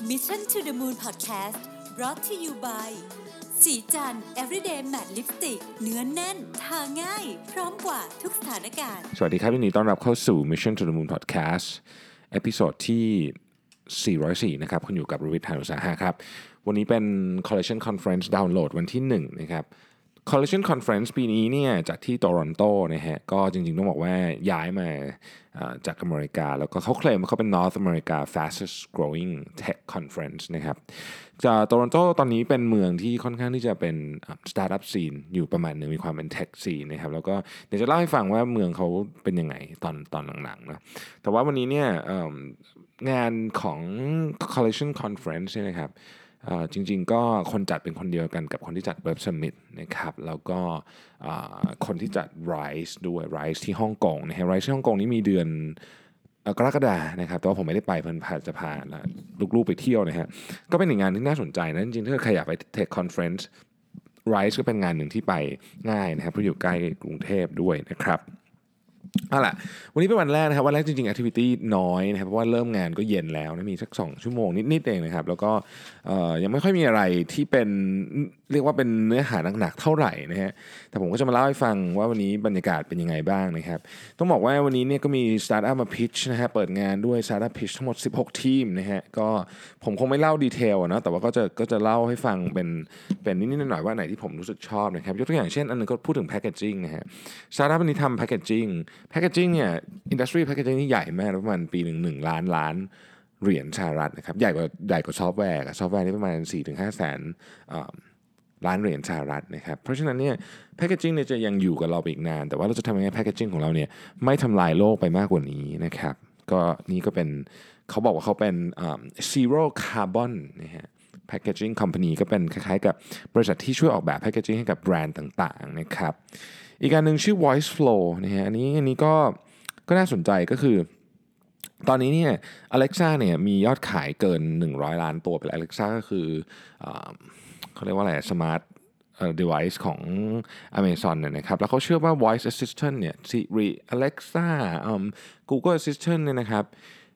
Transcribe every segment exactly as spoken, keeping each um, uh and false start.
Mission to the Moon Podcast brought to you by สีจัน Everyday Matte Lipstick เนื้อนแน่นทาง่ายพร้อมกว่าทุกสถานการณ์สวัสดีครับยินดีต้อนรับเข้าสู่ Mission to the Moon Podcast เอพิโซดที่สี่ร้อยสี่นะครับคุณอยู่กับรวิทย์ หาญอุตสาหะครับวันนี้เป็น Collection Conference ดาวน์โหลดวันที่หนึ่งนะครับ Collection Conference ปีนี้เนี่ยจัดที่โตรอนโตนะฮะก็จริงๆต้องบอกว่าย้ายมาจากอเมริกาแล้วก็เขาเคลมว่าเขาเป็น North America fastest growing tech conference นะครับจากโตรอนโตตอนนี้เป็นเมืองที่ค่อนข้างที่จะเป็น startup scene อยู่ประมาณหนึ่งมีความเป็น tech scene นะครับแล้วก็เดี๋ยวจะเล่าให้ฟังว่าเมืองเขาเป็นยังไงตอนตอนหลังๆนะแต่ว่าวันนี้เนี่ยงานของ Collection Conference เนี่ยนะครับจริงๆก็คนจัดเป็นคนเดียวกันกับคนที่จัด Web Summit นะครับแล้วก็คนที่จัด Rise ด้วย Rise ที่ฮ่องกงนะฮะ Rise ที่ฮ่องกงนี่มีเดือนกรกฎาคมนะครับแต่ว่าผมไม่ได้ไปเพิ่นพาจะพาลูกๆไปเที่ยวนะฮะก็เป็นอีกงานที่น่าสนใจนะจริงๆถ้าใครอยากไป Tech Conference Rise ก็เป็นงานหนึ่งที่ไปง่ายนะครับเพราะอยู่ใกล้กรุงเทพด้วยนะครับเอาล่ะวันนี้เป็นวันแรกนะครับวันแรกจริงๆ activity น้อยนะครับเพราะว่าเริ่มงานก็เย็นแล้วนะมีสักสองชั่วโมงนิดๆเองนะครับแล้วก็ยังไม่ค่อยมีอะไรที่เป็นเรียกว่าเป็นเนื้อหาหนักๆเท่าไหร่นะฮะแต่ผมก็จะมาเล่าให้ฟังว่าวันนี้บรรยากาศเป็นยังไงบ้างนะครับต้องบอกว่าวันนี้เนี่ยก็มี startup มา pitch นะฮะเปิดงานด้วย startup pitch ทั้งหมดสิบหกทีมนะฮะก็ผมคงไม่เล่าดีเทลนะแต่ว่าก็จะก็จะเล่าให้ฟังเป็นเป็นนิดๆหน่อยๆว่าไหนที่ผมรู้สึกชอบนะครับยกตัวอย่างเช่นอันนึงก็พูดถึง packaging นะฮะ startup วันนี้ทำ packaging packaging เนี่ย industry packaging นี่ใหญ่มากประมาณปีหนึ่งหนึ่งล้านล้านเหรียญสหรัฐนะครับใหญ่กว่าใหญ่กว่าซอฟต์แวร์ซอฟต์แวร์นี่ประมาณ สี่ถึงห้า แสนล้านเหรียญสหรัฐนะครับเพราะฉะนั้นเนี่ย packaging เนี่ยจะยังอยู่กับเราไปอีกนานแต่ว่าเราจะทำยังไง packaging ของเราเนี่ยไม่ทำลายโลกไปมากกว่านี้นะครับก็นี่ก็เป็นเขาบอกว่าเขาเป็น zero carbon นะฮะ packaging company ก็เป็นคล้ายๆกับบริษัทที่ช่วยออกแบบ packaging ให้กับแบรนด์ต่างๆนะครับอีกการหนึ่งชื่อ voice flow นะฮะอันนี้อันนี้ก็ก็น่าสนใจก็คือตอนนี้เนี่ย Alexa เนี่ยมียอดขายเกินหนึ่งร้อยล้านตัวไปแล้ว Alexa ก็คือเขาเรียกว่าอะไร smart device ของ Amazon เนี่ยนะครับแล้วเขาเชื่อว่า voice assistant เนี่ย Siri Alexa Google Assistant เนี่ยนะครับ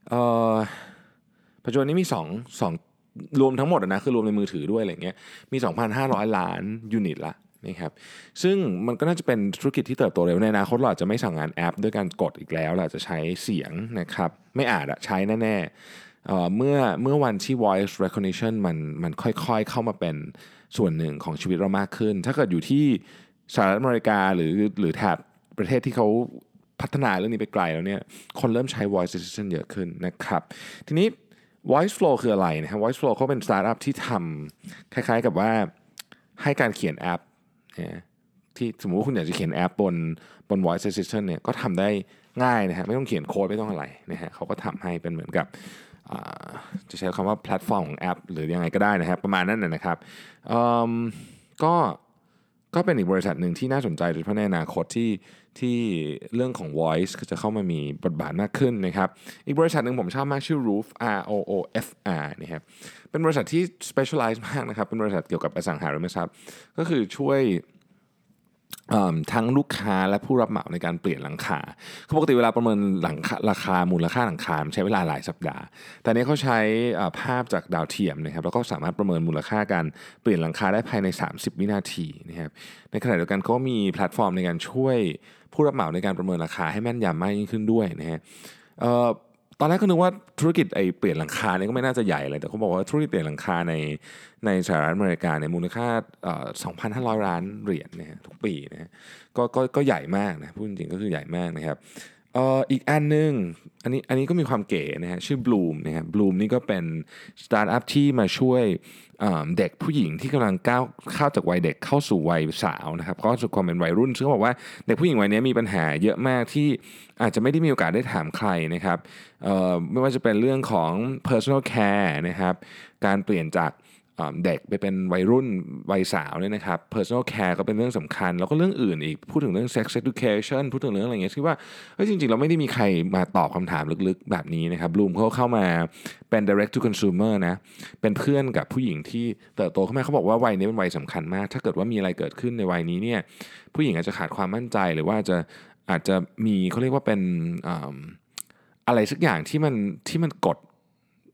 ปัจจุบันนี้มี2 2รวมทั้งหมดนะคือรวมในมือถือด้วยอะไรเงี้ยมี สองพันห้าร้อย ล้านยูนิตละนะครับซึ่งมันก็น่าจะเป็นธุรกิจที่เติบโตเร็วในอนาคตเราอาจจะไม่สั่งงานแอปด้วยการกดอีกแล้วเราจะใช้เสียงนะครับไม่อาจอะใช้แน่ๆเอ่อเมื่อเมื่อวันที่ voice recognition มันมันค่อยๆเข้ามาเป็นส่วนหนึ่งของชีวิตเรามากขึ้นถ้าเกิดอยู่ที่สหรัฐอเมริกาหรือหรือแถบประเทศที่เขาพัฒนาเรื่องนี้ไปไกลแล้วเนี่ยคนเริ่มใช้ voice assistant เยอะขึ้นนะครับทีนี้ voice flow คืออะไรนะฮะ voice flow เขาเป็นสตาร์ทอัพที่ทำคล้ายๆกับว่าให้การเขียนแอปที่สมมุติว่าคุณอยากจะเขียนแอปบนบน voice assistant เนี่ยก็ทำได้ง่ายนะฮะไม่ต้องเขียนโค้ดไม่ต้องอะไรนะฮะเขาก็ทำให้เป็นเหมือนกับจะใช้คำว่าแพลตฟอร์มของแอปหรือยังไงก็ได้นะครับประมาณนั้นนะครับก็ก็เป็นอีกบริษัทหนึ่งที่น่าสนใจโดยเฉพาะในอนาคตที่ที่เรื่องของ voice ก็จะเข้ามามีบทบาทมากขึ้นนะครับอีกบริษัทหนึ่งผมชอบมากชื่อ Roof R O O F R นะครับเป็นบริษัทที่ specialize มากนะครับเป็นบริษัทเกี่ยวกับอสังหาริมทรัพย์ก็คือช่วยทั้งลูกค้าและผู้รับเหมาในการเปลี่ยนหลังคาคือปกติเวลาประเมินหลังคาราคามูลค่าหลังคาใช้เวลาหลายสัปดาห์แต่นี้เขาใช้ภาพจากดาวเทียมนะครับแล้วก็สามารถประเมินมูลค่าการเปลี่ยนหลังคาได้ภายในสามสิบวินาทีนะครับในขณะเดียวกันเขาก็มีแพลตฟอร์มในการช่วยผู้รับเหมาในการประเมินราคาให้แม่นยำมากยิ่งขึ้นด้วยนะฮะตอนแรกก็นึกว่าธุรกิจไอ้เปลี่ยนหลังคาเนี่ยก็ไม่น่าจะใหญ่เลยแต่เขาบอกว่าธุรกิจเปลี่ยนหลังคาในในสหรัฐอเมริกาเนี่ยมูลค่าเอ่อ สองพันห้าร้อย ล้านเหรียญนะฮะทุกปีนะฮะก็ก็ก็ใหญ่มากนะพูดจริงๆก็คือใหญ่มากนะครับเอ่ออีกอันนึงอันนี้อันนี้ก็มีความเก๋นะฮะชื่อ Bloom นะฮะ Bloom นี่ก็เป็นสตาร์ทอัพที่มาช่วยเด็กผู้หญิงที่กำลังก้าวเข้าจากวัยเด็กเข้าสู่วัยสาวนะครับก็สู่ความเป็นวัยรุ่นซึ่งบอกว่าเด็กผู้หญิงวัยนี้มีปัญหาเยอะมากที่อาจจะไม่ได้มีโอกาสได้ถามใครนะครับไม่ว่าจะเป็นเรื่องของ personal care นะครับการเปลี่ยนจากเด็กไปเป็นวัยรุ่นวัยสาวเนี่ยนะครับ personal care ก็เป็นเรื่องสำคัญแล้วก็เรื่องอื่นอีกพูดถึงเรื่อง sex education พูดถึงเรื่องอะไรเงี้ยคิดว่าเฮ้ยจริงๆเราไม่ได้มีใครมาตอบคำถามลึกๆแบบนี้นะครับ Bloom เขาเข้ามาเป็น direct to consumer นะเป็นเพื่อนกับผู้หญิงที่เติบโตขึ้นมาเขาบอกว่าวัยนี้เป็นวัยสำคัญมากถ้าเกิดว่ามีอะไรเกิดขึ้นในวัยนี้เนี่ยผู้หญิงอาจจะขาดความมั่นใจหรือว่าจะอาจจะมีเขาเรียกว่าเป็นอะไรสักอย่างที่มันที่มันกด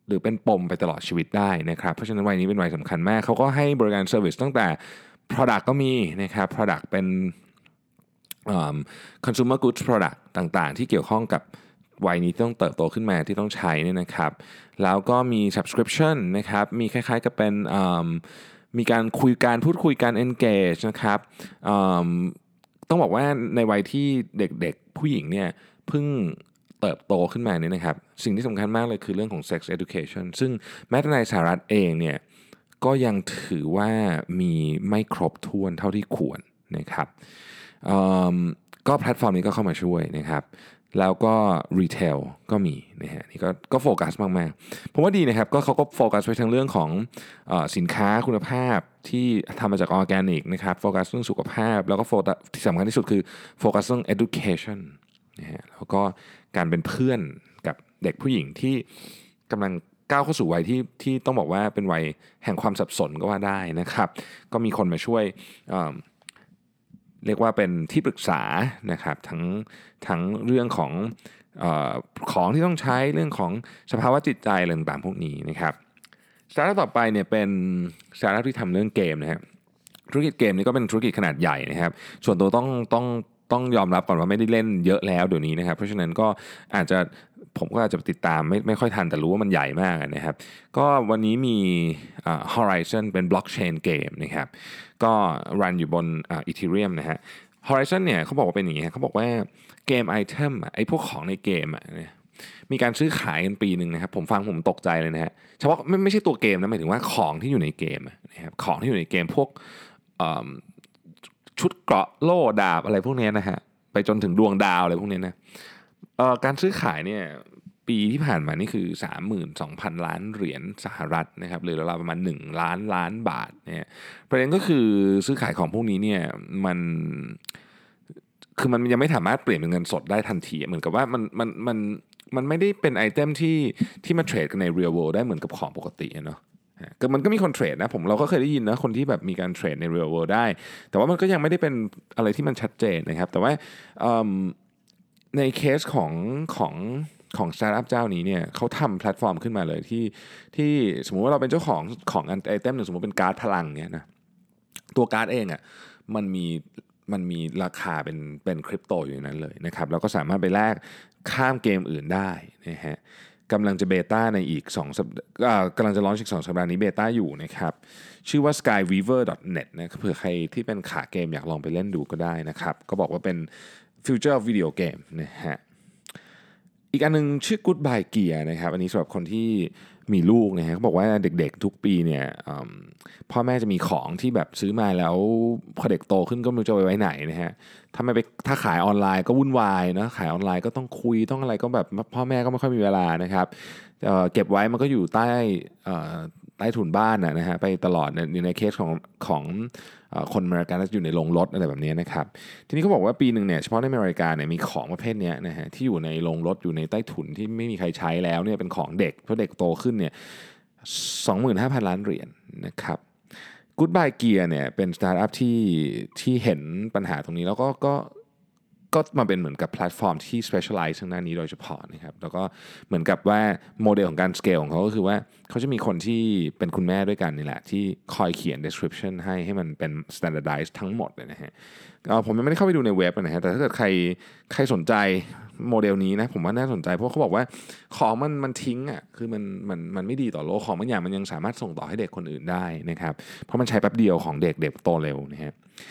หรือเป็นปมไปตลอดชีวิตได้นะครับเพราะฉะนั้นวัยนี้เป็นวัยสำคัญมากเขาก็ให้บริการเซอร์วิสตั้งแต่ product ก็มีนะครับ product เป็น consumer goods product ต่างๆที่เกี่ยวข้องกับวัยนี้ที่ต้องเติบโตขึ้นมาที่ต้องใช้เนี่ยนะครับแล้วก็มี subscription นะครับมีคล้ายๆกับเป็นมีการคุยการพูดคุยการ engage นะครับต้องบอกว่าในวัยที่เด็กๆผู้หญิงเนี่ยเพิ่งเติบโตขึ้นมาเนี่ยนะครับสิ่งที่สำคัญมากเลยคือเรื่องของ sex education ซึ่งแม้แต่ในสหรัฐเองเนี่ยก็ยังถือว่ามีไม่ครบถ้วนเท่าที่ควรนะครับก็แพลตฟอร์มนี้ก็เข้ามาช่วยนะครับแล้วก็รีเทลก็มีนะฮะนี่ก็ก็โฟกัสมากๆผมว่าดีนะครับก็เขาก็โฟกัสไปทั้งเรื่องของเอ่อสินค้าคุณภาพที่ทำมาจากออร์แกนิกนะครับโฟกัสเรื่องสุขภาพแล้วก็โฟกัสที่สำคัญที่สุดคือโฟกัสเรื่อง education นะฮะแล้วก็การเป็นเพื่อนกับเด็กผู้หญิงที่กำลังก้าวเข้าสู่วัยที่ที่ต้องบอกว่าเป็นวัยแห่งความสับสนก็ว่าได้นะครับก็มีคนมาช่วยเรียกว่าเป็นที่ปรึกษานะครับทั้งทั้งเรื่องของเอ่อของที่ต้องใช้เรื่องของสภาวะจิตใจอะไรต่างๆพวกนี้นะครับสตาร์ทอัพต่อไปเนี่ยเป็นสตาร์ทอัพที่ทำเรื่องเกมนะครับธุรกิจเกมนี้ก็เป็นธุรกิจขนาดใหญ่นะครับส่วนตัวต้องต้องต้องยอมรับก่อนว่าไม่ได้เล่นเยอะแล้วเดี๋ยวนี้นะครับเพราะฉะนั้นก็อาจจะผมก็อาจจะติดตามไม่ไม่ค่อยทันแต่รู้ว่ามันใหญ่มากนะครับก็วันนี้มี uh, Horizon เป็น blockchain เกมนะครับก็รันอยู่บน uh, Ethereum นะฮะ Horizon เนี่ยเขาบอกว่าเป็นอย่างนี้เขาบอกว่าเกมไอเทมไอ้พวกของในเกมอ่ะมีการซื้อขายกันปีหนึ่งนะครับผมฟังผมตกใจเลยนะฮะเฉพาะไม่ไม่ใช่ตัวเกมนะหมายถึงว่าของที่อยู่ในเกมนะครับของที่อยู่ในเกมพวกชุดเกราะโล่ดาบอะไรพวกนี้นะฮะไปจนถึงดวงดาวอะไรพวกนี้นะเอ่อการซื้อขายเนี่ยปีที่ผ่านมานี่คือ สามหมื่นสองพัน ล้านเหรียญสหรัฐนะครับหรือราวๆประมาณหนึ่งล้านล้านบาทเนี่ยประเด็นก็คือซื้อขายของพวกนี้เนี่ยมันคือมันยังไม่สามารถเปลี่ยนเป็นเงินสดได้ทันทีเหมือนกับว่ามันมันมันมันไม่ได้เป็นไอเทมที่ที่มาเทรดกันใน real world ได้เหมือนกับของปกติเนาะก็มันก็มีคนเทรดนะผมเราก็เคยได้ยินนะคนที่แบบมีการเทรดใน real world ได้แต่ว่ามันก็ยังไม่ได้เป็นอะไรที่มันชัดเจนนะครับแต่ว่าในเคสของของของสตาร์ทอัพเจ้านี้เนี่ยเขาทำแพลตฟอร์มขึ้นมาเลยที่ที่สมมุติว่าเราเป็นเจ้าของของไอเทมหนึ่งสมมติเป็นการ์ดพลังเนี่ยนะตัวการ์ดเองอ่ะมันมีมันมีราคาเป็นเป็นคริปโตอยู่ในนั้นเลยนะครับแล้วก็สามารถไปแลกข้ามเกมอื่นได้นะฮะกำลังจะเบต้าในอีกสองสัปดาห์กำลังจะลอนช์อีกสองสัปดาห์นี้เบต้าอยู่นะครับชื่อว่า สกายวีเวอร์ ดอท เน็ต นะเผื่อใครที่เป็นขาเกมอยากลองไปเล่นดูก็ได้นะครับก็บอกว่าเป็น Future of Video Game นะฮะอีกอันนึงชื่อ Goodbye Gear นะครับอันนี้สำหรับคนที่มีลูกนะฮะเขาบอกว่าเด็กๆทุกปีเนี่ยพ่อแม่จะมีของที่แบบซื้อมาแล้วพอเด็กโตขึ้นก็ไม่รู้จะไว้ไหนนะฮะถ้าไม่ไปถ้าขายออนไลน์ก็วุ่นวายนะขายออนไลน์ก็ต้องคุยต้องอะไรก็แบบพ่อแม่ก็ไม่ค่อยมีเวลานะครับเอ่อเก็บไว้มันก็อยู่ใต้เอ่อใต้ถุนบ้านนะฮะไปตลอดในในเคสของของคนอเมริกันอยู่ในโรงรถอะไรแบบนี้นะครับทีนี้เขาบอกว่าปีหนึ่งเนี่ยเฉพาะในอเมริกาเนี่ยมีของประเภทนี้นะฮะที่อยู่ในโรงรถอยู่ในใต้ถุนที่ไม่มีใครใช้แล้วเนี่ยเป็นของเด็กเพราะเด็กโตขึ้นเนี่ย สองหมื่นห้าพัน ล้านเหรียญนะครับ Goodbye Gear เนี่ยเป็นสตาร์ทอัพที่ที่เห็นปัญหาตรงนี้แล้วก็ก็ก็มาเป็นเหมือนกับแพลตฟอร์มที่ specialize ทางด้านนี้โดยเฉพาะนะครับแล้วก็เหมือนกับว่าโมเดลของการ scale ของเขาก็คือว่าเขาจะมีคนที่เป็นคุณแม่ด้วยกันนี่แหละที่คอยเขียน description ให้ให้มันเป็น standardize ทั้งหมดเลยนะฮะผมยังไม่ได้เข้าไปดูในเว็บนะฮะแต่ถ้าเกิดใครใครสนใจโมเดลนี้นะผมว่าน่าสนใจเพราะเขาบอกว่าของมันมันทิ้งอ่ะคือมันมันมันไม่ดีต่อโลกของบางอย่างมันยังสามารถส่งต่อให้เด็กคนอื่นได้นะครับเพราะมันใช้แป๊บเดียวของเด็กเด็กโตเร็วนะฮะ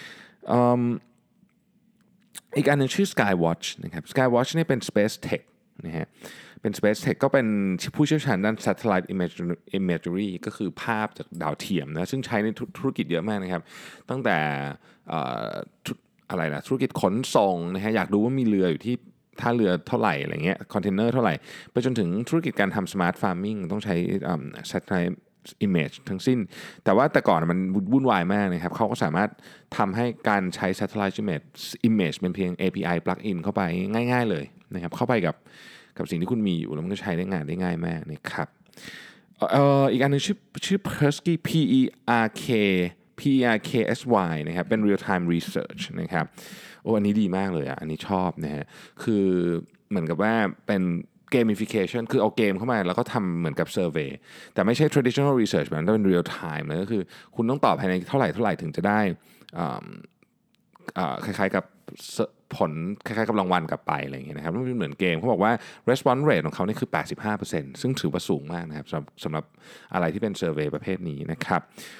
อีกอันนึงชื่อ Skywatch นะครับ Skywatch นี่เป็น Space Tech นะฮะเป็น Space Tech ก็เป็นผู้เชี่ยวชาญด้าน Satellite Imagery ก็คือภาพจากดาวเทียมนะซึ่งใช้ในธุรกิจเยอะมากนะครับตั้งแต่อะไรนะธุรกิจขนส่งนะฮะอยากดูว่ามีเรืออยู่ที่ท่าเรือเท่าไหร่อะไรเงี้ยคอนเทนเนอร์เท่าไหร่ไปจนถึงธุรกิจการทำ Smart Farming ต้องใช้ Satellite image ทั้งสิ้นแต่ว่าแต่ก่อนมันวุ่นวายมากนะครับเขาก็สามารถทำให้การใช้ satellite image image เป็นเพียง เอ พี ไอ plug in เข้าไปง่ายๆเลยนะครับเข้าไปกับกับสิ่งที่คุณมีอยู่แล้วมันก็ใช้ได้งานได้ง่ายมากนะครับเอ่ออีกอันนึงชื่อชื่อ Persky P E R K P E R K S Y นะครับเป็น real time research นะครับโอ้อันนี้ดีมากเลยอ่ะอันนี้ชอบนะฮะคือเหมือนกับว่าเป็น gamification คือเอาเกมเข้ามาแล้วก็ทำเหมือนกับ survey แต่ไม่ใช่ traditional research แบบนั้นเป็น real time เลยก็คือคุณต้องตอบภายในเท่าไหร่เท่าไหร่ถึงจะได้คล้ายๆกับผลคล้ายๆกับรางวัลกลับไปอะไรอย่างเงี้ยนะครับมันเหมือนเกมเขาบอกว่า response rate ของเขานี่คือ แปดสิบห้าเปอร์เซ็นต์ ซึ่งถือว่าสูงมากนะครับสำหรับสำหรับอะไรที่เป็น survey ประเภทนี้นะครับ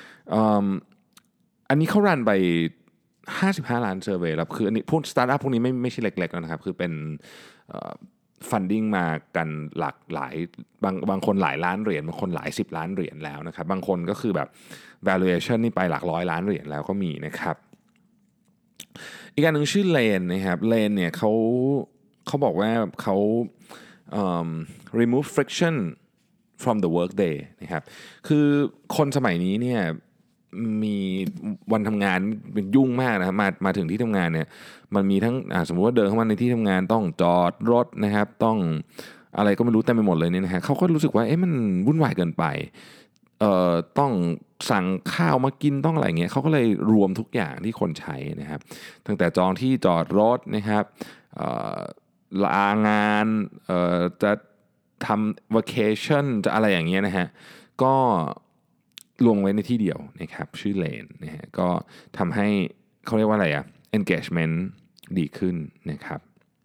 อันนี้เขารันไปห้าสิบห้าล้าน survey แล้วคืออันนี้พวก startup พวกนี้ไม่ไม่ใช่เล็กๆแล้วนะครับคือเป็นfunding มากันหลากหลายบางบางคนหลายล้านเหรียญบางคนหลายสิบล้านเหรียญแล้วนะครับบางคนก็คือแบบ valuation นี่ไปหลักร้อยล้านเหรียญแล้วก็มีนะครับอีกอันหนึ่งชื่อเลนนะครับเลนเนี่ยเขาเขาบอกว่าเขา um, remove friction from the workday นะครับคือคนสมัยนี้เนี่ยมีวันทำงานเป็นยุ่งมากนะครับมามาถึงที่ทำงานเนี่ยมันมีทั้งสมมุติว่าเดินเข้ามาในที่ทำงานต้องจอดรถนะครับต้องอะไรก็ไม่รู้เต็มไปหมดเลยเนี่ยนะฮะเขาก็รู้สึกว่าเอ๊ะมันวุ่นวายเกินไปเอ่อต้องสั่งข้าวมากินต้องอะไรเงี้ยเขาก็เลยรวมทุกอย่างที่คนใช้นะครับตั้งแต่จองที่จอดรถนะครับเอ่อลางานเอ่อจะทำ vacation จะอะไรอย่างเงี้ยนะฮะก็รวมไว้ในที่เดียวนะครับชื่อเลนนะฮะก็ทำให้เขาเรียกว่าอะไรอะ engagement ดีขึ้นนะครับ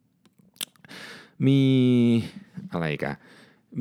มีอะไรกันมี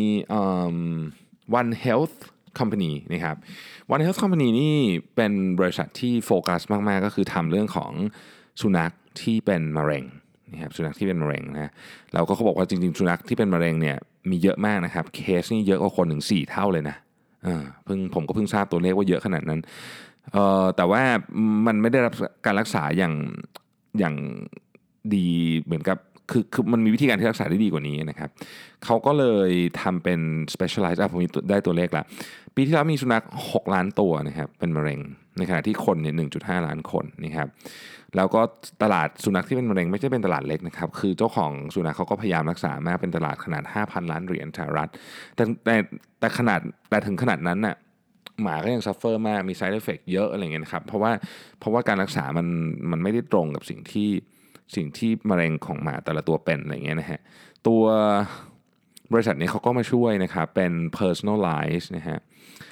One Health Company นะครับ One Health Company นี่เป็นบริษัทที่โฟกัสมากๆก็คือทำเรื่องของสุนัขที่เป็นมะเร็งนะครับสุนัขที่เป็นมะเร็งนะแล้วก็เขาบอกว่าจริงๆสุนัขที่เป็นมะเร็งเนี่ยมีเยอะมากนะครับเคสนี่เยอะกว่าคนถึงสี่เท่าเลยนะเพิ่งผมก็เพิ่งทราบตัวเลขว่าเยอะขนาดนั้นเอ่อแต่ว่ามันไม่ได้รับการรักษาอย่างอย่างดีเหมือนกับคือคือมันมีวิธีการที่รักษาได้ดีกว่านี้นะครับเขาก็เลยทำเป็น specialize อ่ะผมมีได้ตัวเลขละปีที่แล้วมีสุนัขหกล้านตัวนะครับเป็นมะเร็งในขณะที่คนเนี่ย หนึ่งจุดห้า ล้านคนนะครับแล้วก็ตลาดสุนัขที่เป็นมะเร็งไม่ใช่เป็นตลาดเล็กนะครับคือเจ้าของสุนัขเขาก็พยายามรักษามากเป็นตลาดขนาด ห้าพัน ล้านเหรียญสหรัฐแต่แต่แต่ขนาดแต่ถึงขนาดนั้นน่ะหมาก็ยังซัฟเฟอร์มากมี side effect เยอะอะไรเงี้ยนะครับเพราะว่าเพราะว่าการรักษามันมันไม่ได้ตรงกับสิ่งที่สิ่งที่มะเร็งของหมาแต่ละตัวเป็นอะไรเงี้ยนะฮะตัวบริษัทนี้เขาก็มาช่วยนะครับเป็น personalized นะฮะ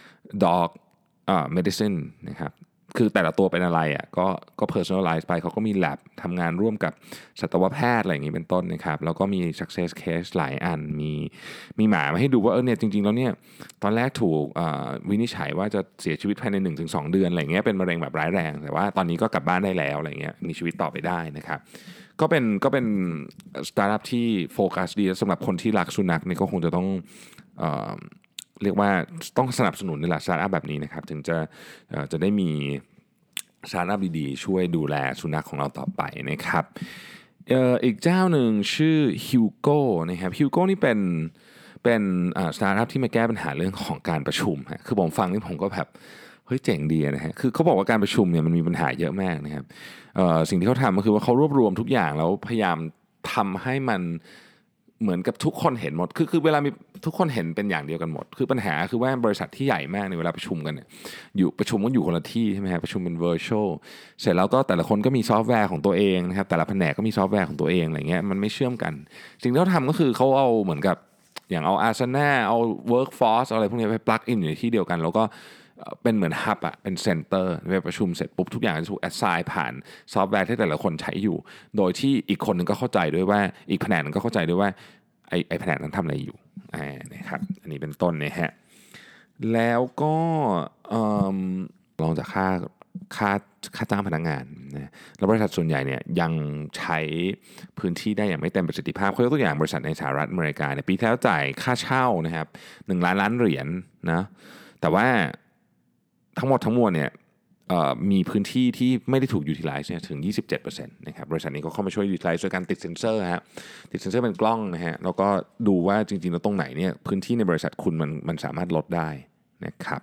dog อ่า medicine นะครับคือแต่ละตัวเป็นอะไรอ่ะก็ก็ personalize ไปเขาก็มี lab ทำงานร่วมกับสัตวแพทย์อะไรอย่างนี้เป็นต้นนะครับแล้วก็มี success case หลายอันมีมีหมามาให้ดูว่าเออเนี่ยจริงๆแล้วเนี่ยตอนแรกถูกวินิจฉัยว่าจะเสียชีวิตภายใน หนึ่งถึงสอง เดือนอะไรเงี้ยเป็นมะเร็งแบบร้ายแรงแต่ว่าตอนนี้ก็กลับบ้านได้แล้วอะไรเงี้ยมีชีวิตต่อไปได้นะครับก็เป็นก็เป็นสตาร์ทอัพที่โฟกัสดีสำหรับคนที่รักสุนัขนี่ก็คงจะต้องเอ่อเรียกว่าต้องสนับสนุนในหลักสตาร์ทอัพแบบนี้นะครับถึงจะจะได้มีสตาร์ทอัพดีๆช่วยดูแลสุนัขของเราต่อไปนะครับเอ่ออีกเจ้าหนึ่งชื่อ Hugo นะครับ Hugo นี่เป็นเป็นสตาร์ทอัพที่มาแก้ปัญหาเรื่องของการประชุมฮะคือผมฟังนี่ผมก็แบบเฮ้ยเจ๋งดีนะฮะคือเขาบอกว่าการประชุมเนี่ยมันมีปัญหาเยอะมากนะครับเอ่อสิ่งที่เขาทำก็คือว่าเขารวบรวมทุกอย่างแล้วพยายามทำให้มันเหมือนกับทุกคนเห็นหมดคือคือเวลามีทุกคนเห็นเป็นอย่างเดียวกันหมดคือปัญหาคือว่าบริษัทที่ใหญ่มากในเวลาประชุมกันเนี่ยอยู่ประชุมก็อยู่คนละที่ใช่ไหมฮะประชุมเป็น virtual เสร็จแล้วก็แต่ละคนก็มีซอฟต์แวร์ของตัวเองนะครับแต่ละแผนกก็มีซอฟต์แวร์ของตัวเองอะไรเงี้ยมันไม่เชื่อมกันสิ่งที่เขาทำก็คือเขาเอาเหมือนกับอย่างเอา Asana เอา Workforce อะไรพวกนี้ไป plug in อยู่ในที่เดียวกันแล้วก็เป็นเหมือนฮับอะเป็นเซ็นเตอร์ไปประชุมเสร็จปุ๊บทุกอย่างจะถูก assign ผ่านซอฟต์แวร์ที่แต่ละคนใช้อยู่โดยที่อีกคนนึงก็เข้าใจด้วยว่าอีกแผนกนึงก็เข้าใจด้วยว่าไอ้ไอ้แผนกนั้นทำอะไรอยู่อ่านะครับอันนี้เป็นต้นนะฮะแล้วก็ลองจากค่าค่าค่าจ้างพนักงานนะแล้วบริษัทส่วนใหญ่เนี่ยยังใช้พื้นที่ได้อย่างไม่เต็มประสิทธิภาพเขายกตัวอย่างบริษัทในสหรัฐอเมริกาเนี่ยปีที่แล้วจ่ายค่าเช่านะครับหนึ่งล้านล้านเหรียญนะแต่ว่าทั้งหมดทั้งมวลเนี่ยมีพื้นที่ที่ไม่ได้ถูก utilize เนี่ยถึง ยี่สิบเจ็ดเปอร์เซ็นต์ นะครับบริษัทนี้ก็เข้ามาช่วย utilize โดยการติดเซ็นเซอร์ฮะติดเซ็นเซอร์เป็นกล้องนะฮะแล้วก็ดูว่าจริงๆแล้วตรงไหนเนี่ยพื้นที่ในบริษัทคุณมันมันสามารถลดได้นะครับ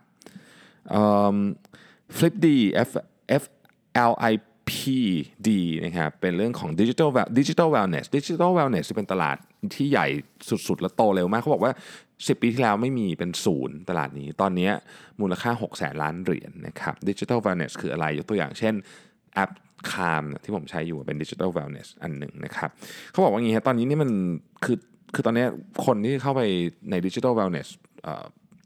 Flipd F F L I P D นะครับเป็นเรื่องของ digital digital wellness digital wellness เป็นตลาดที่ใหญ่สุดๆและโตเร็วมากเขาบอกว่าสิบปีที่แล้วไม่มีเป็นศูนย์ตลาดนี้ตอนนี้มูลค่าหกแสนล้านเหรียญนะครับ digital wellness คืออะไรยกตัวอย่างเช่นแอป Calm ที่ผมใช้อยู่เป็น digital wellness อันหนึ่งนะครับเขาบอกว่าอย่างนี้ฮะตอนนี้นี่มันคือคือตอนนี้คนที่เข้าไปใน Digital Wellness เอ่อ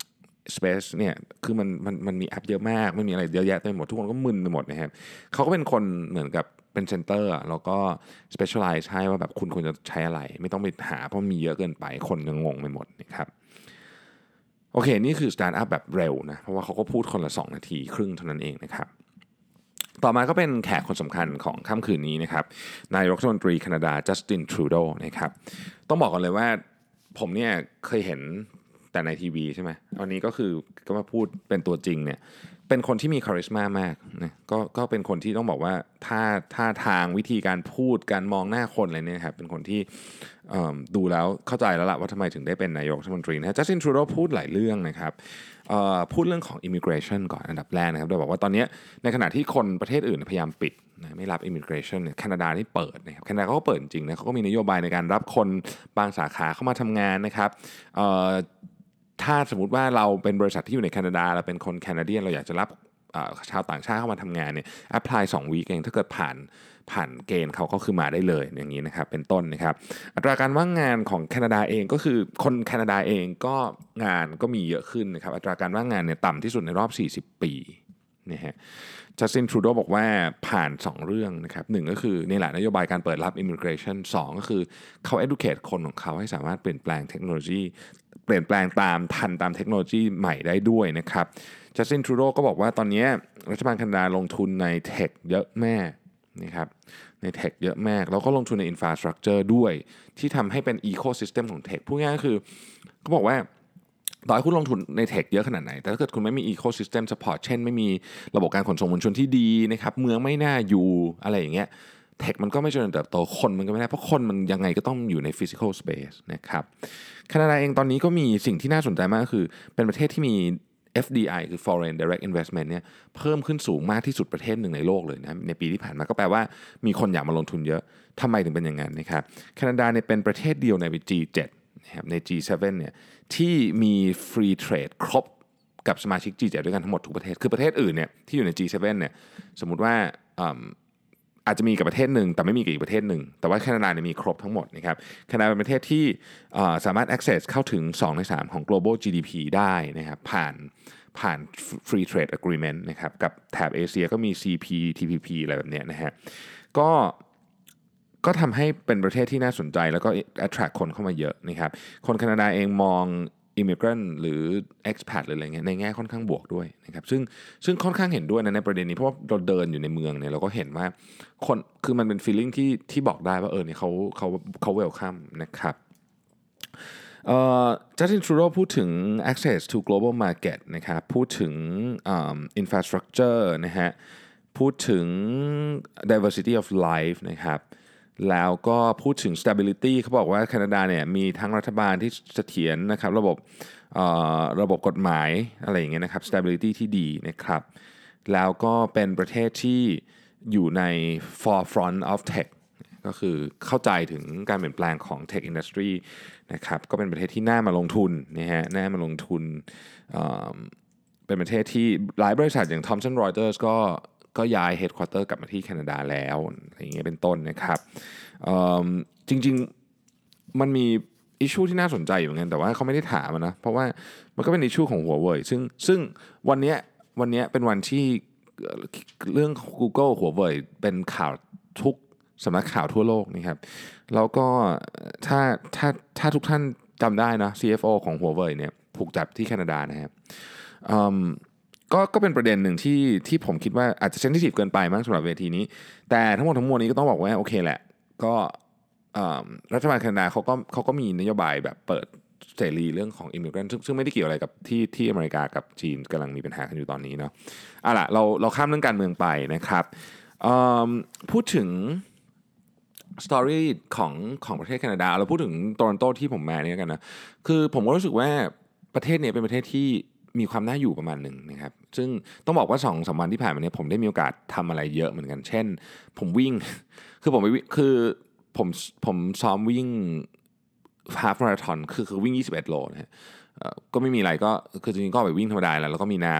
Space เนี่ยคือมันมันมันมีแอปเยอะมากมันมีอะไรเยอะแยะเต็มไปหมดทุกคนก็มึนไปหมดนะครับเขาก็เป็นคนเหมือนกับเป็นเซ็นเตอร์แล้วก็ specialize ให้ว่าแบบคุณควรจะใช้อะไรไม่ต้องไปหาเพราะมีเยอะเกินไปคนยังงงไปหมดนะครับโอเคนี่คือสตาร์ทอัพแบบเร็วนะเพราะว่าเขาก็พูดคนละสองนาทีครึ่งเท่านั้นเองนะครับต่อมาก็เป็นแขกคนสำคัญของค่ำคืนนี้นะครับนายกรัฐมนตรีแคนาดาจัสตินทรูโดนะครับต้องบอกก่อนเลยว่าผมเนี่ยเคยเห็นแต่ในทีวีใช่ไหมวันนี้ก็คือก็มาพูดเป็นตัวจริงเนี่ยเป็นคนที่มีคาริสมามากนะก็ก็เป็นคนที่ต้องบอกว่าท่าท่าทางวิธีการพูดการมองหน้าคนอะไรเนี่ยครับเป็นคนที่ดูแล้วเข้าใจแล้วล่ะว่าทำไมถึงได้เป็นนายกรัฐมนตรีนะจัสตินทรูโดพูดหลายเรื่องนะครับพูดเรื่องของ immigration ก่อนอันดับแรกนะครับโดยบอกว่าตอนนี้ในขณะที่คนประเทศอื่นพยายามปิดนะไม่รับ immigration เนี่ยแคนาดานี่เปิดนะครับแคนาดาเขาก็เปิดจริงนะเขาก็มีนโยบายในการรับคนบางสาขาเข้ามาทำงานนะครับถ้าสมมุติว่าเราเป็นบริษัทที่อยู่ในแคนาดาเราเป็นคนแคนาเดียนเราอยากจะรับชาวต่างชาติเข้ามาทำงานเนี่ยแอพพลายสองวีคเองถ้าเกิดผ่านผ่านเกณฑ์เขาก็คือมาได้เลยอย่างนี้นะครับเป็นต้นนะครับอัตราการว่างงานของแคนาดาเองก็คือคนแคนาดาเองก็งานก็มีเยอะขึ้นนะครับอัตราการว่างงานเนี่ยต่ำที่สุดในรอบสี่สิบปีนะฮะจัสตินทรูโดบอกว่าผ่านสองเรื่องนะครับหนึ่งก็คือนี่แหละนโยบายการเปิดรับ immigration สองก็คือเขา educate คนของเขาให้สามารถเปลี่ยนแปลงเทคโนโลยีเปลี่ยนแปลงตามทันตามเทคโนโลยีใหม่ได้ด้วยนะครับจัสตินทรูโดก็บอกว่าตอนนี้รัฐบาลแคนาดาลงทุนในเทคเยอะมากนะครับในเทคเยอะมากแล้วก็ลงทุนในอินฟราสตรัคเจอร์ด้วยที่ทำให้เป็นอีโคซิสเต็มของเทคพูดง่ายๆคือเขาบอกว่าต่อให้คุณลงทุนในเทคเยอะขนาดไหนแต่ถ้าเกิดคุณไม่มีอีโคซิสเต็มซัพพอร์ตเช่นไม่มีระบบการขนส่งมวลชนที่ดีนะครับเมืองไม่น่าอยู่อะไรอย่างเงี้ยเทคมันก็ไม่เจริญเติบโตคนมันก็ไม่ได้เพราะคนมันยังไงก็ต้องอยู่ในฟิสิคอลสเปซนะครับแคนาดาเองตอนนี้ก็มีสิ่งที่น่าสนใจมากก็คือเป็นประเทศที่มี เอฟ ดี ไอ คือ Foreign Direct Investment เนี่ยเพิ่มขึ้นสูงมากที่สุดประเทศหนึ่งในโลกเลยนะในปีที่ผ่านมาก็แปลว่ามีคนอยากมาลงทุนเยอะทำไมถึงเป็นอย่างนั้นนะครับแคนาดาเนี่ยเป็นประเทศเดียวใน จี เซเว่น นะครับใน จี เซเว่น เนี่ยที่มี Free Trade ครบกับสมาชิก จี เซเว่น ด้วยกันทั้งหมดทุกประเทศคือประเทศอื่นเนี่ยที่อยู่ใน จี เซเว่น เนี่ยสมมุติว่าอาจจะมีกับประเทศหนึ่งแต่ไม่มีกับอีกประเทศหนึ่งแต่ว่าแคนาดาเนี่ยมีครบทั้งหมดนะครับแคนาดาเป็นประเทศที่สามารถ access เข้าถึงสองในสามของ global จี ดี พี ได้นะครับผ่านผ่าน free trade agreement นะครับกับแถบเอเชียก็มี ซี พี ที พี พี อะไรแบบเนี้ยนะฮะก็ก็ทำให้เป็นประเทศที่น่าสนใจแล้วก็ attract คนเข้ามาเยอะนะครับคนแคนาดาเองมองimmigrant หรือ expat หรืออะไรเงี้ยในแง่ค่อนข้างบวกด้วยนะครับซึ่งซึ่งค่อนข้างเห็นด้วยนะในประเด็นนี้เพราะว่าเราเดินอยู่ในเมืองเนี่ยเราก็เห็นว่าคนคือมันเป็น feeling ที่ที่บอกได้ว่าเออเนี่ยเขาเขาเขา welcome นะครับเอ่อ Justin Trudeau พูดถึง access to global market นะครับพูดถึง um, infrastructure นะฮะพูดถึง diversity of life นะครับแล้วก็พูดถึง stability เขาบอกว่าแคนาดาเนี่ยมีทั้งรัฐบาลที่เสถียรนะครับระบบระบบกฎหมายอะไรอย่างเงี้ยนะครับ stability ที่ดีนะครับแล้วก็เป็นประเทศที่อยู่ใน forefront of tech ก็คือเข้าใจถึงการเปลี่ยนแปลงของ tech industry นะครับก็เป็นประเทศที่น่ามาลงทุนนะฮะน่ามาลงทุนเป็นประเทศที่หลายบริษัทอย่าง Thomson Reuters ก็ก็ย้าย headquarter กลับมาที่แคนาดาแล้วอย่างเงี้ยเป็นต้นนะครับจริงๆมันมีอิชชูที่น่าสนใจอยู่เหมือนกันแต่ว่าเขาไม่ได้ถามนะเพราะว่ามันก็เป็นอิชชูของหัวเว่ยซึ่งซึ่งวันนี้วันนี้เป็นวันที่เรื่อง Google หัวเว่ยเป็นข่าวทุกสำนักข่าวทั่วโลกนะครับแล้วก็ถ้าถ้าถ้าทุกท่านจำได้นะ ซี เอฟ โอ ของหัวเว่ยเนี่ยถูกจับที่แคนาดานะครับก็ก็เป็นประเด็นหนึ่งที่ที่ผมคิดว่าอาจจะเซนซิทีฟเกินไปมั้งสำหรับเวทีนี้แต่ทั้งหมดทั้งมวลนี้ก็ต้องบอกว่าโอเคแหละก็รัฐบาลแคนาดาเขาก็เขาก็มีนโยบายแบบเปิดเสรีเรื่องของอิมมิเกรนต์ซึ่งซึ่งไม่ได้เกี่ยวอะไรกับที่ที่อเมริกากับจีนกำลังมีปัญหากันอยู่ตอนนี้เนาะเอาล่ะเราเราข้ามเรื่องการเมืองไปนะครับพูดถึงสตอรี่ของของประเทศแคนาดาเราพูดถึงโตรอนโตที่ผมมาเนี่ยกันนะคือผมก็รู้สึกว่าประเทศนี้เป็นประเทศที่มีความน่าอยู่ประมาณหนึ่งนะครับซึ่งต้องบอกว่าสองสามวันที่ผ่านมานี้ผมได้มีโอกาสทำอะไรเยอะเหมือนกันเช่นผมวิ่งคือผมไปวิ่งคือผมผมซ้อมวิ่งฮาล์ฟมาราธอนคือคือวิ่งยี่สิบเอ็ดโลนะฮะก็ไม่มีอะไรก็คือจริงๆก็ไปวิ่งธรรมดาแล้วแล้วก็มีน้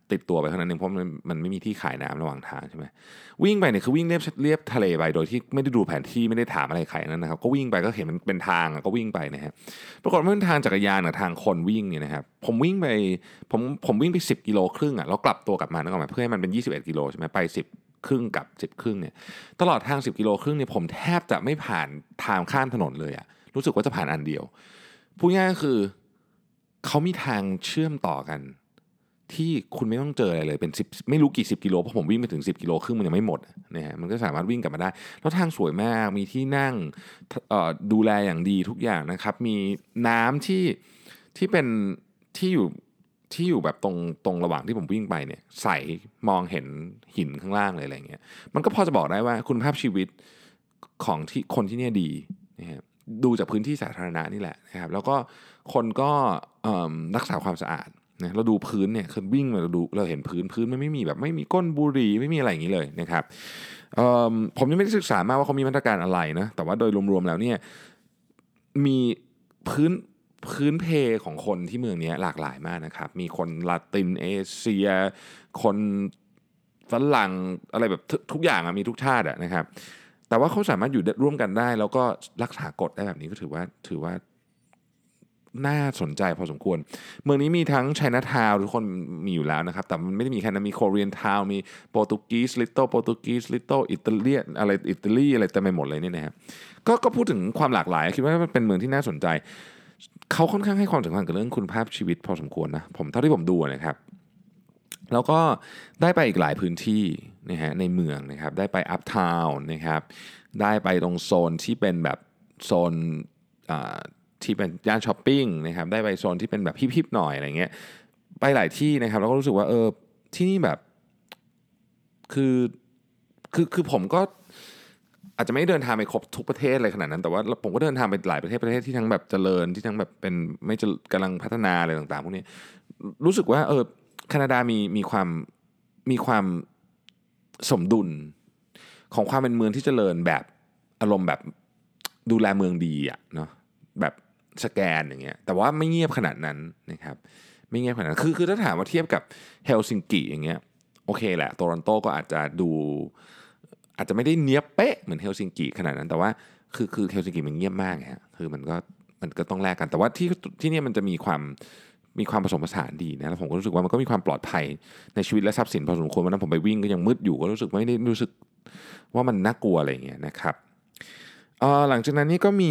ติดตัวไปเท่านั้นเองเพราะมันมันไม่มีที่ขายน้ำระหว่างทางใช่ไหมวิ่งไปเนี่ยคือวิ่งเลียบเลียบทะเลไปโดยที่ไม่ได้ดูแผนที่ไม่ได้ถามอะไรใครนั่นนะครับก็วิ่งไปก็เห็นมันเป็นทางก็วิ่งไปนะฮะปรากฏว่าเป็นทางจักรยานกับทางคนวิ่งเนี่ยนะครับผมวิ่งไปผมผมวิ่งไปสิบกิโลครึ่งอ่ะแล้วกลับตัวกลับมานึกออกไหมเพื่อให้มันเป็นยี่สิบเอ็ดกิโลใช่ไหมไปสิบครึ่งกับสิบครึ่งเนี่ยตลอดทางสิบกิโลครึ่งเนี่ยผมแทบจะไม่ผ่านทางข้ามถนนเลยอ่ะรู้สึกว่าจะผ่านอันเดียวพูดง่ายก็คือเขามีทางเชื่อมต่อกันที่คุณไม่ต้องเจออะไรเลยเป็นสิบไม่รู้กี่สิบกิโลเพราะผมวิ่งไปถึงสิบกิโลครึ่งมันยังไม่หมดนะฮะมันก็สามารถวิ่งกลับมาได้แล้วทางสวยมากมีที่นั่งดูแลอย่างดีทุกอย่างนะครับมีน้ำที่ที่เป็นที่อยู่ที่อยู่แบบตรงตรงระหว่างที่ผมวิ่งไปเนี่ยใสมองเห็นหินข้างล่างเลยอะไรเงี้ยมันก็พอจะบอกได้ว่าคุณภาพชีวิตของที่คนที่นี่ดีนะครับดูจากพื้นที่สาธารณะนี่แหละนะครับแล้วก็คนก็รักษาความสะอาดนะเราดูพื้นเนี่ยคือวิ่งเราดูเราเห็นพื้นพื้นมันไม่มีแบบไม่มีก้นบุหรี่ไม่มีอะไรอย่างนี้เลยนะครับผมยังไม่ได้ศึกษามากว่าเขามีมาตรการอะไรนะแต่ว่าโดยรวมๆแล้วเนี่ยมีพื้นพื้นเพของคนที่เมืองนี้หลากหลายมากนะครับมีคนลาตินเอเชียคนฝรั่งอะไรแบบทุกอย่างมีทุกชาตินะครับแต่ว่าเขาสามารถอยู่ร่วมกันได้แล้วก็รักษากฎได้แบบนี้ก็ถือว่าถือว่าน่าสนใจพอสมควรเมืองนี้มีทั้งไชน่าทาวน์ทุกคนมีอยู่แล้วนะครับแต่มันไม่ได้มีแค่นั้นมีโคเรียนทาวน์มีโปรตุเกสลิตเติ้ลโปรตุเกสลิตเติ้ลอิตาเลียนอะไรอิตาลีอะไรเต็มไปหมดเลยเนี่ยนะครับก็ก็พูดถึงความหลากหลายคิดว่ามันเป็นเมืองที่น่าสนใจเขาค่อนข้างให้ความสำคัญกับเรื่องคุณภาพชีวิตพอสมควรนะผมเท่าที่ผมดูนะครับแล้วก็ได้ไปอีกหลายพื้นที่นะฮะในเมืองนะครับได้ไปอัพทาวน์นะครับได้ไปตรงโซนที่เป็นแบบโซนที่เป็นย่านช้อปปิ้งนะครับได้ไปโซนที่เป็นแบบฮิปๆหน่อยอะไรเงี้ยไปหลายที่นะครับแล้วก็รู้สึกว่าเออที่นี่แบบคือคือคือผมก็อาจจะไม่เดินทางไปครบทุกประเทศอะไรขนาดนั้นแต่ว่าผมก็เดินทางไปหลายประเทศประเทศที่ทั้งแบบเจริญที่ทั้งแบบเป็นไม่จะกำลังพัฒนาอะไรต่างๆพวกนี้รู้สึกว่าเออแคนาดามีมีความมีความสมดุลของความเป็นเมืองที่เจริญแบบอารมณ์แบบดูแลเมืองดีอ่ะเนาะแบบสแกนอย่างเงี้ยแต่ว่าไม่เงียบขนาดนั้นนะครับไม่เงียบขนาดนั้นคือคือถ้าถามว่าเทียบกับเฮลซิงกิอย่างเงี้ยโอเคแหละโตรอนโตก็อาจจะดูอาจจะไม่ได้เนียบเป๊ะเหมือนเฮลซิงกิขนาดนั้นแต่ว่าคือคือเฮลซิงกิมันเงียบมากฮะคือมันก็มันก็ต้องแลกกันแต่ว่าที่ที่นี่มันจะมีความมีความผสมผสานดีนะแล้วผมก็รู้สึกว่ามันก็มีความปลอดภัยในชีวิตและทรัพย์สินพอสมควรวันนั้นผมไปวิ่งก็ยังมืดอยู่ก็รู้สึกไม่ได้รู้สึกว่ามันน่ากลัวอะไรอย่างเงี้ยนะครับหลังจากนั้นนี่ก็มี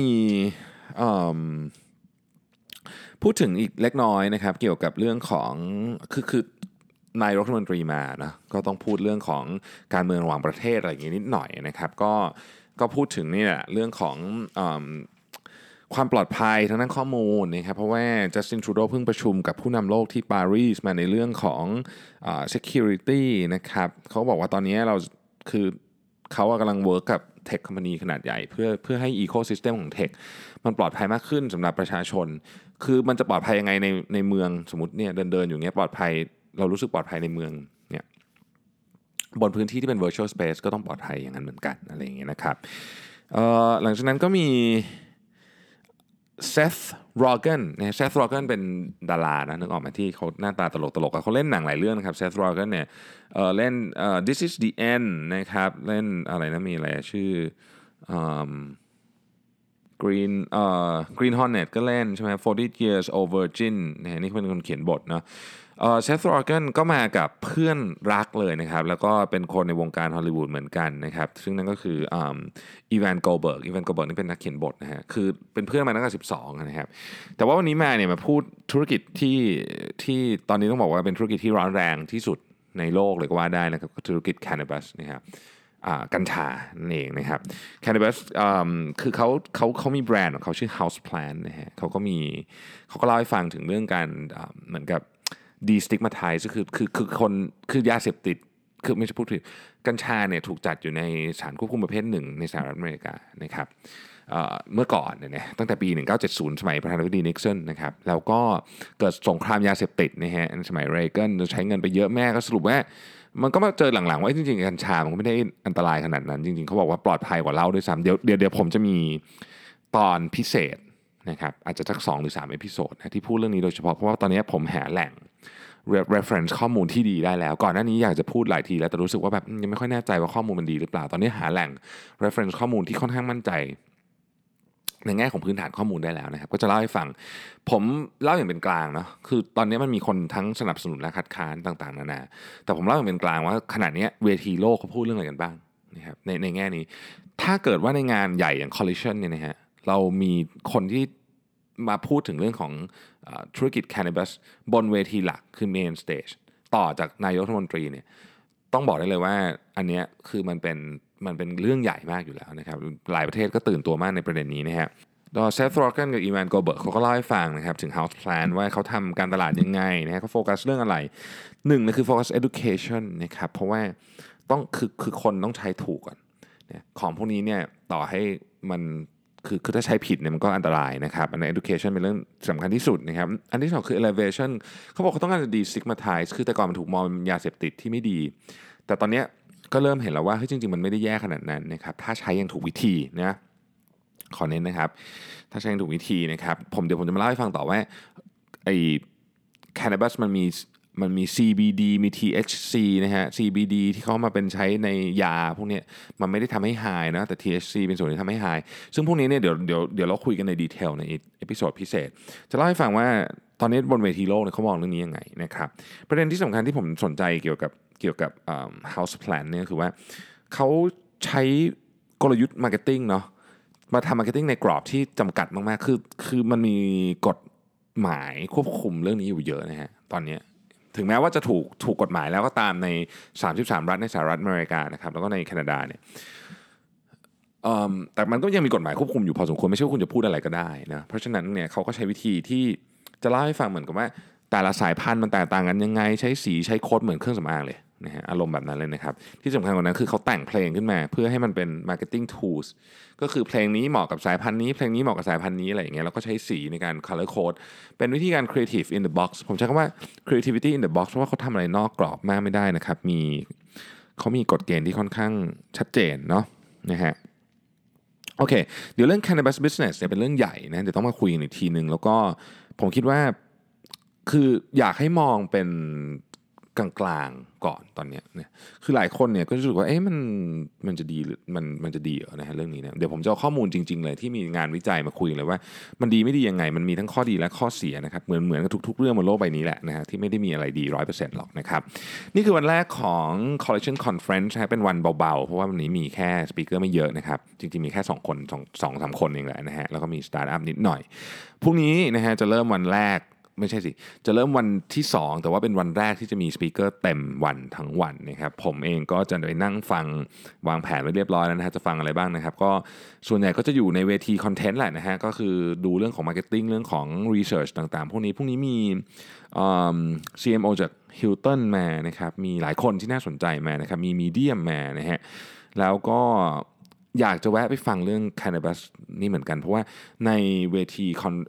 พูดถึงอีกเล็กน้อยนะครับเกี่ยวกับเรื่องของคือคือนายรัฐมนตรีมานะก็ต้องพูดเรื่องของการเมืองระหว่างประเทศอะไรอย่างนี้นิดหน่อยนะครับก็ก็พูดถึงนี่แหละเรื่องของความปลอดภัยทางด้านข้อมูลนะครับเพราะว่าจัสตินทรูโดเพิ่งประชุมกับผู้นำโลกที่ปารีสมาในเรื่องของเอ่อ security นะครับเขาบอกว่าตอนนี้เราคือเขากำลังเวิร์กกับเทคคอมพานีขนาดใหญ่เพื่อเพื่อให้อีโคซิสเต็มของเทคมันปลอดภัยมากขึ้นสำหรับประชาชนคือมันจะปลอดภัยยังไงในในเมืองสมมติเนี่ยเดินเดินอยู่เงี้ยปลอดภัยเรารู้สึกปลอดภัยในเมืองเนี่ยบนพื้นที่ที่เป็น virtual space ก็ต้องปลอดภัยอย่างนั้นเหมือนกันอะไรอย่างเงี้ยนะครับเอ่อหลังจากนั้นก็มีเซธ โรแกนนะเซธ โรแกนเป็นดารานะนึกออกไหมที่เขาหน้าตาตลกๆเขาเล่นหนังหลายเรื่องนะครับเซธ โรแกนเนี่ยเอ่อเล่นเอ่อ This is the End นะครับเล่นอะไรนะมีอะไรชื่ออืม Green เอ่อ Green Hornet ก็เล่นใช่ไหมforty years old virgin นะนี่เป็นคนเขียนบทเนาะเอ่อเซธ โรแกนก็มากับเพื่อนรักเลยนะครับแล้วก็เป็นคนในวงการฮอลลีวูดเหมือนกันนะครับซึ่งนั่นก็คืออ่าอีวานโกลเบิร์กอีวานโกลเบิร์กนี่เป็นนักเขียนบทนะฮะคือเป็นเพื่อนมาตั้งแต่สิบสองนะครับแต่ว่าวันนี้มาเนี่ยมาพูดธุรกิจที่ที่ตอนนี้ต้องบอกว่าเป็นธุรกิจที่ร้อนแรงที่สุดในโลกเลยก็ว่าได้นะครับธุรกิจแค Cannabis นะครับกัญชานั่นเองนะครับ Cannabis คือเขาเขาเขามีแบรนด์ของเขาชื่อ House Plant นะฮะเขาก็มีเขาก็เล่าให้ฟังถึงเรื่องการเหมือนกับdestigmatize ก็คือคือคือคนคือยาเสพติดคือไม่ใช่พูดถึงกัญชาเนี่ยถูกจัดอยู่ในสารควบคุมประเภทหนึ่งในสหรัฐอเมริกานะครับ เอ่อเมื่อก่อนเนี่ยตั้งแต่ปีหนึ่งพันเก้าร้อยเจ็ดสิบสมัยประธานาธิบดีนิกสันนะครับแล้วก็เกิดสงครามยาเสพติดนะฮะในสมัยเรแกนใช้เงินไปเยอะแม่ก็สรุปว่ามันก็มาเจอหลังๆว่าจริงๆกัญชามันก็ไม่ได้อันตรายขนาดนั้นจริงๆเขาบอกว่าปลอดภัยกว่าเหล้าด้วยซ้ำเดี๋ยวเดี๋ยวเดี๋ยวผมจะมีตอนพิเศษนะครับอาจจะสักสองหรือสามเอพิโซดนะที่พูดเรื่องนี้โดยเฉพาะเพราะว่าตอนนี้ผมหาแหล่ง reference ข้อมูลที่ดีได้แล้วก่อนหน้านี้อยากจะพูดหลายทีแล้วแต่รู้สึกว่าแบบยังไม่ค่อยแน่ใจว่าข้อมูลมันดีหรือเปล่าตอนนี้หาแหล่ง reference ข้อมูลที่ค่อนข้างมั่นใจในแง่ของพื้นฐานข้อมูลได้แล้วนะครับก็จะเล่าให้ฟังผมเล่าอย่างเป็นกลางเนาะคือตอนนี้มันมีคนทั้งสนับสนุนและคัดค้านต่างๆนานาแต่ผมเล่าอย่างเป็นกลางว่าขณะนี้เวทีโลกเขาพูดเรื่องอะไรกันบ้างนะครับในในแง่นี้ถ้าเกิดว่าในงานใหญ่อย่าง Collision เนี่ยนะฮะเรามีคนที่มาพูดถึงเรื่องของเอ่อธุรกิจ Cannabis บนเวทีหลักคือ Main Stage ต่อจากนายกรัฐมนตรีเนี่ยต้องบอกได้เลยว่าอันเนี้ยคือมันเป็นมันเป็นเรื่องใหญ่มากอยู่แล้วนะครับหลายประเทศก็ตื่นตัวมากในประเด็นนี้นะฮะก็เซธ โรแกนกับอีวานโกเบิร์กเขาก็เล่าให้ฟังนะครับถึง House Plan ว่าเขาทำการตลาดยังไงนะฮะเขาโฟกัสเรื่องอะไรหนึ่งนะคือโฟกัส education นะครับเพราะว่าต้องคือคือคนต้องใช้ถูกก่อนนะของพวกนี้เนี่ยต่อให้มันคือคือถ้าใช้ผิดเนี่ยมันก็อันตรายนะครับอันนี้ education เป็นเรื่องสำคัญที่สุดนะครับอันที่สองคือ elevation เขาบอกเขาต้องการจะ destigmatize คือแต่ก่อนมันถูกมองเป็นยาเสพติดที่ไม่ดีแต่ตอนนี้ก็เริ่มเห็นแล้วว่าเฮ้ยจริงๆมันไม่ได้แย่ขนาดนั้นนะครับถ้าใช้อย่างถูกวิธีนะขอเน้นนะครับถ้าใช้อย่างถูกวิธีนะครับผมเดี๋ยวผมจะมาเล่าให้ฟังต่อว่าไอ้ cannabis มันมีมันมี ซี บี ดี มี ที เอช ซี นะฮะ ซี บี ดี ที่เขามาเป็นใช้ในยาพวกนี้มันไม่ได้ทำให้ high นะแต่ ที เอช ซี เป็นส่วนที่ทำให้ high ซึ่งพวกนี้เนี่ยเดี๋ยวเดี๋ยวเดี๋ยวเราคุยกันในดีเทลในเอพิโซดพิเศษจะเล่าให้ฟังว่าตอนนี้บนเวทีโลกเนี่ยเขามองเรื่องนี้ยังไงนะครับประเด็นที่สำคัญที่ผมสนใจเกี่ยวกับเกี่ยวกับ House Plan เนี่ยคือว่าเขาใช้กลยุทธ์ marketing เนาะมาทำ marketing ในกรอบที่จำกัดมากๆคือคือมันมีกฎหมายควบคุมเรื่องนี้อยู่เยอะนะฮะตอนนี้ถึงแม้ว่าจะถูกถูกกฎหมายแล้วก็ตามในสามสิบสามรัฐในสหรัฐอเมริกานะครับแล้วก็ในแคนาดาเนี่ยแต่มันก็ยังมีกฎหมายควบคุมอยู่พอสมควรไม่ใช่ว่าคุณจะพูดอะไรก็ได้นะเพราะฉะนั้นเนี่ยเขาก็ใช้วิธีที่จะเล่าให้ฟังเหมือนกับว่าแต่ละสายพันธุ์มันแตกต่างกันยังไงใช้สีใช้โค้ดเหมือนเครื่องสำอางเลยนะฮะอารมณ์แบบนั้นเลยนะครับที่สำคัญกว่านั้นคือเขาแต่งเพลงขึ้นมาเพื่อให้มันเป็น marketing tools ก็คือเพลงนี้เหมาะกับสายพันธุ์นี้เพลงนี้เหมาะกับสายพันธุ์นี้อะไรอย่างเงี้ยแล้วก็ใช้สีในการ color code เป็นวิธีการ creative in the box ผมใช้คำว่า creativity in the box เพราะว่าเขาทำอะไรนอกกรอบมากไม่ได้นะครับมีเขามีกฎเกณฑ์ที่ค่อนข้างชัดเจนเนาะนะฮะโอเคเดี๋ยวเรื่อง cannabis business เนี่ยเป็นเรื่องใหญ่นะเดี๋ยวต้องมาคุยกันอีกทีนึงแล้วก็ผมคิดว่าคืออยากให้มองเป็นกลางๆก่อนตอนนี้เนี่ยคือหลายคนเนี่ยก็รู้สึกว่าเอ๊ะมันมันจะดีหรือมันมันจะดีเหรอนะฮะเรื่องนี้เนี่ยเดี๋ยวผมจะเอาข้อมูลจริงๆเลยที่มีงานวิจัยมาคุยเลยว่ามันดีไม่ดียังไงมันมีทั้งข้อดีและข้อเสียนะครับเหมือนเหมือนกับทุกๆเรื่องบนโลกใบนี้แหละนะฮะที่ไม่ได้มีอะไรดี ร้อยเปอร์เซ็นต์ หรอกนะครับนี่คือวันแรกของ Collision Conference นะเป็นวันเบาๆเพราะว่าวันนี้มีแค่สปีกเกอร์ไม่เยอะนะครับจริงๆมีแค่สองคนสอง สอง สามคนเองแหละนะฮะแล้วก็มีสตาร์ทอัพนิดหน่อยพรุ่งนี้นะฮะจะเริ่มวันแรกไม่ใช่สิจะเริ่มวันที่สองแต่ว่าเป็นวันแรกที่จะมีสปีกเกอร์เต็มวันทั้งวันนะครับผมเองก็จะไปนั่งฟังวางแผนไว้เรียบร้อยแล้วนะฮะจะฟังอะไรบ้างนะครับก็ส่วนใหญ่ก็จะอยู่ในเวทีคอนเทนต์แหละนะฮะก็คือดูเรื่องของมาร์เก็ตติ้งเรื่องของรีเสิร์ชต่างๆพวกนี้พวกนี้มี ซี เอ็ม โอ จาก Hilton มานะครับมีหลายคนที่น่าสนใจมานะครับมี Medium มานะฮะแล้วก็อยากจะแวะไปฟังเรื่อง Cannabis นี่เหมือนกันเพราะว่าในเวทีคอน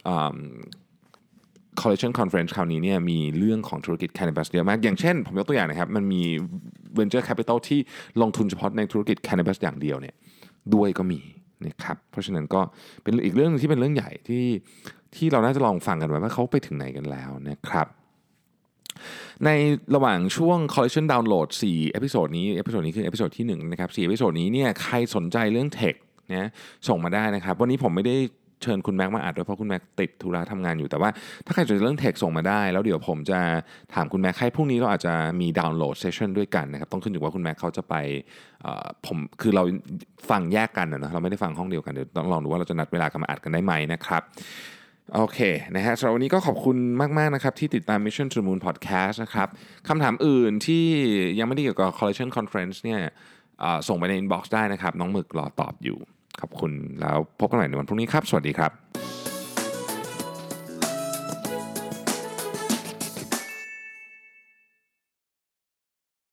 Collision Conference คราวนี้เนี่ยมีเรื่องของธุรกิจ Cannabis เยอะมากอย่างเช่นผมยกตัวอย่างนะครับมันมี Venture Capital ที่ลงทุนเฉพาะในธุรกิจ Cannabis อย่างเดียวเนี่ยด้วยก็มีนะครับเพราะฉะนั้นก็เป็นอีกเรื่องนึงที่เป็นเรื่องใหญ่ที่ที่เราน่าจะลองฟังกันว่าเขาไปถึงไหนกันแล้วนะครับในระหว่างช่วง Collision Download สี่เอพิโซดนี้เอพิโซดนี้คือเอพิโซดที่หนึ่งนะครับสี่เอพิโซดนี้เนี่ยใครสนใจเรื่องเทคนะส่งมาได้นะครับวันนี้ผมไม่ได้เชิญคุณแม็กมาอัดด้วยเพราะคุณแม็กติดธุระทำงานอยู่แต่ว่าถ้าใครสนใจเรื่องเทคส่งมาได้แล้วเดี๋ยวผมจะถามคุณแม็กให้พรุ่งนี้เราอาจจะมีดาวน์โหลดเซสชั่นด้วยกันนะครับต้องขึ้นอยู่ว่าคุณแม็กเขาจะไปผมคือเราฟังแยกกันนะเราไม่ได้ฟังห้องเดียวกันเดี๋ยวต้องลองดูว่าเราจะนัดเวลากันมาอัดกันได้ไหมนะครับโอเคนะฮะสำหรับวันนี้ก็ขอบคุณมากๆนะครับที่ติดตาม Mission to the Moon Podcast นะครับคำถามอื่นที่ยังไม่ได้เกี่ยวกับ Collision Conference เนี่ยส่งไปใน inbox ได้นะครับน้องหมึกรอตอบอยู่ขอบคุณแล้วพบกันใหม่ในวันพรุ่งนี้ครับสวัสดีครับ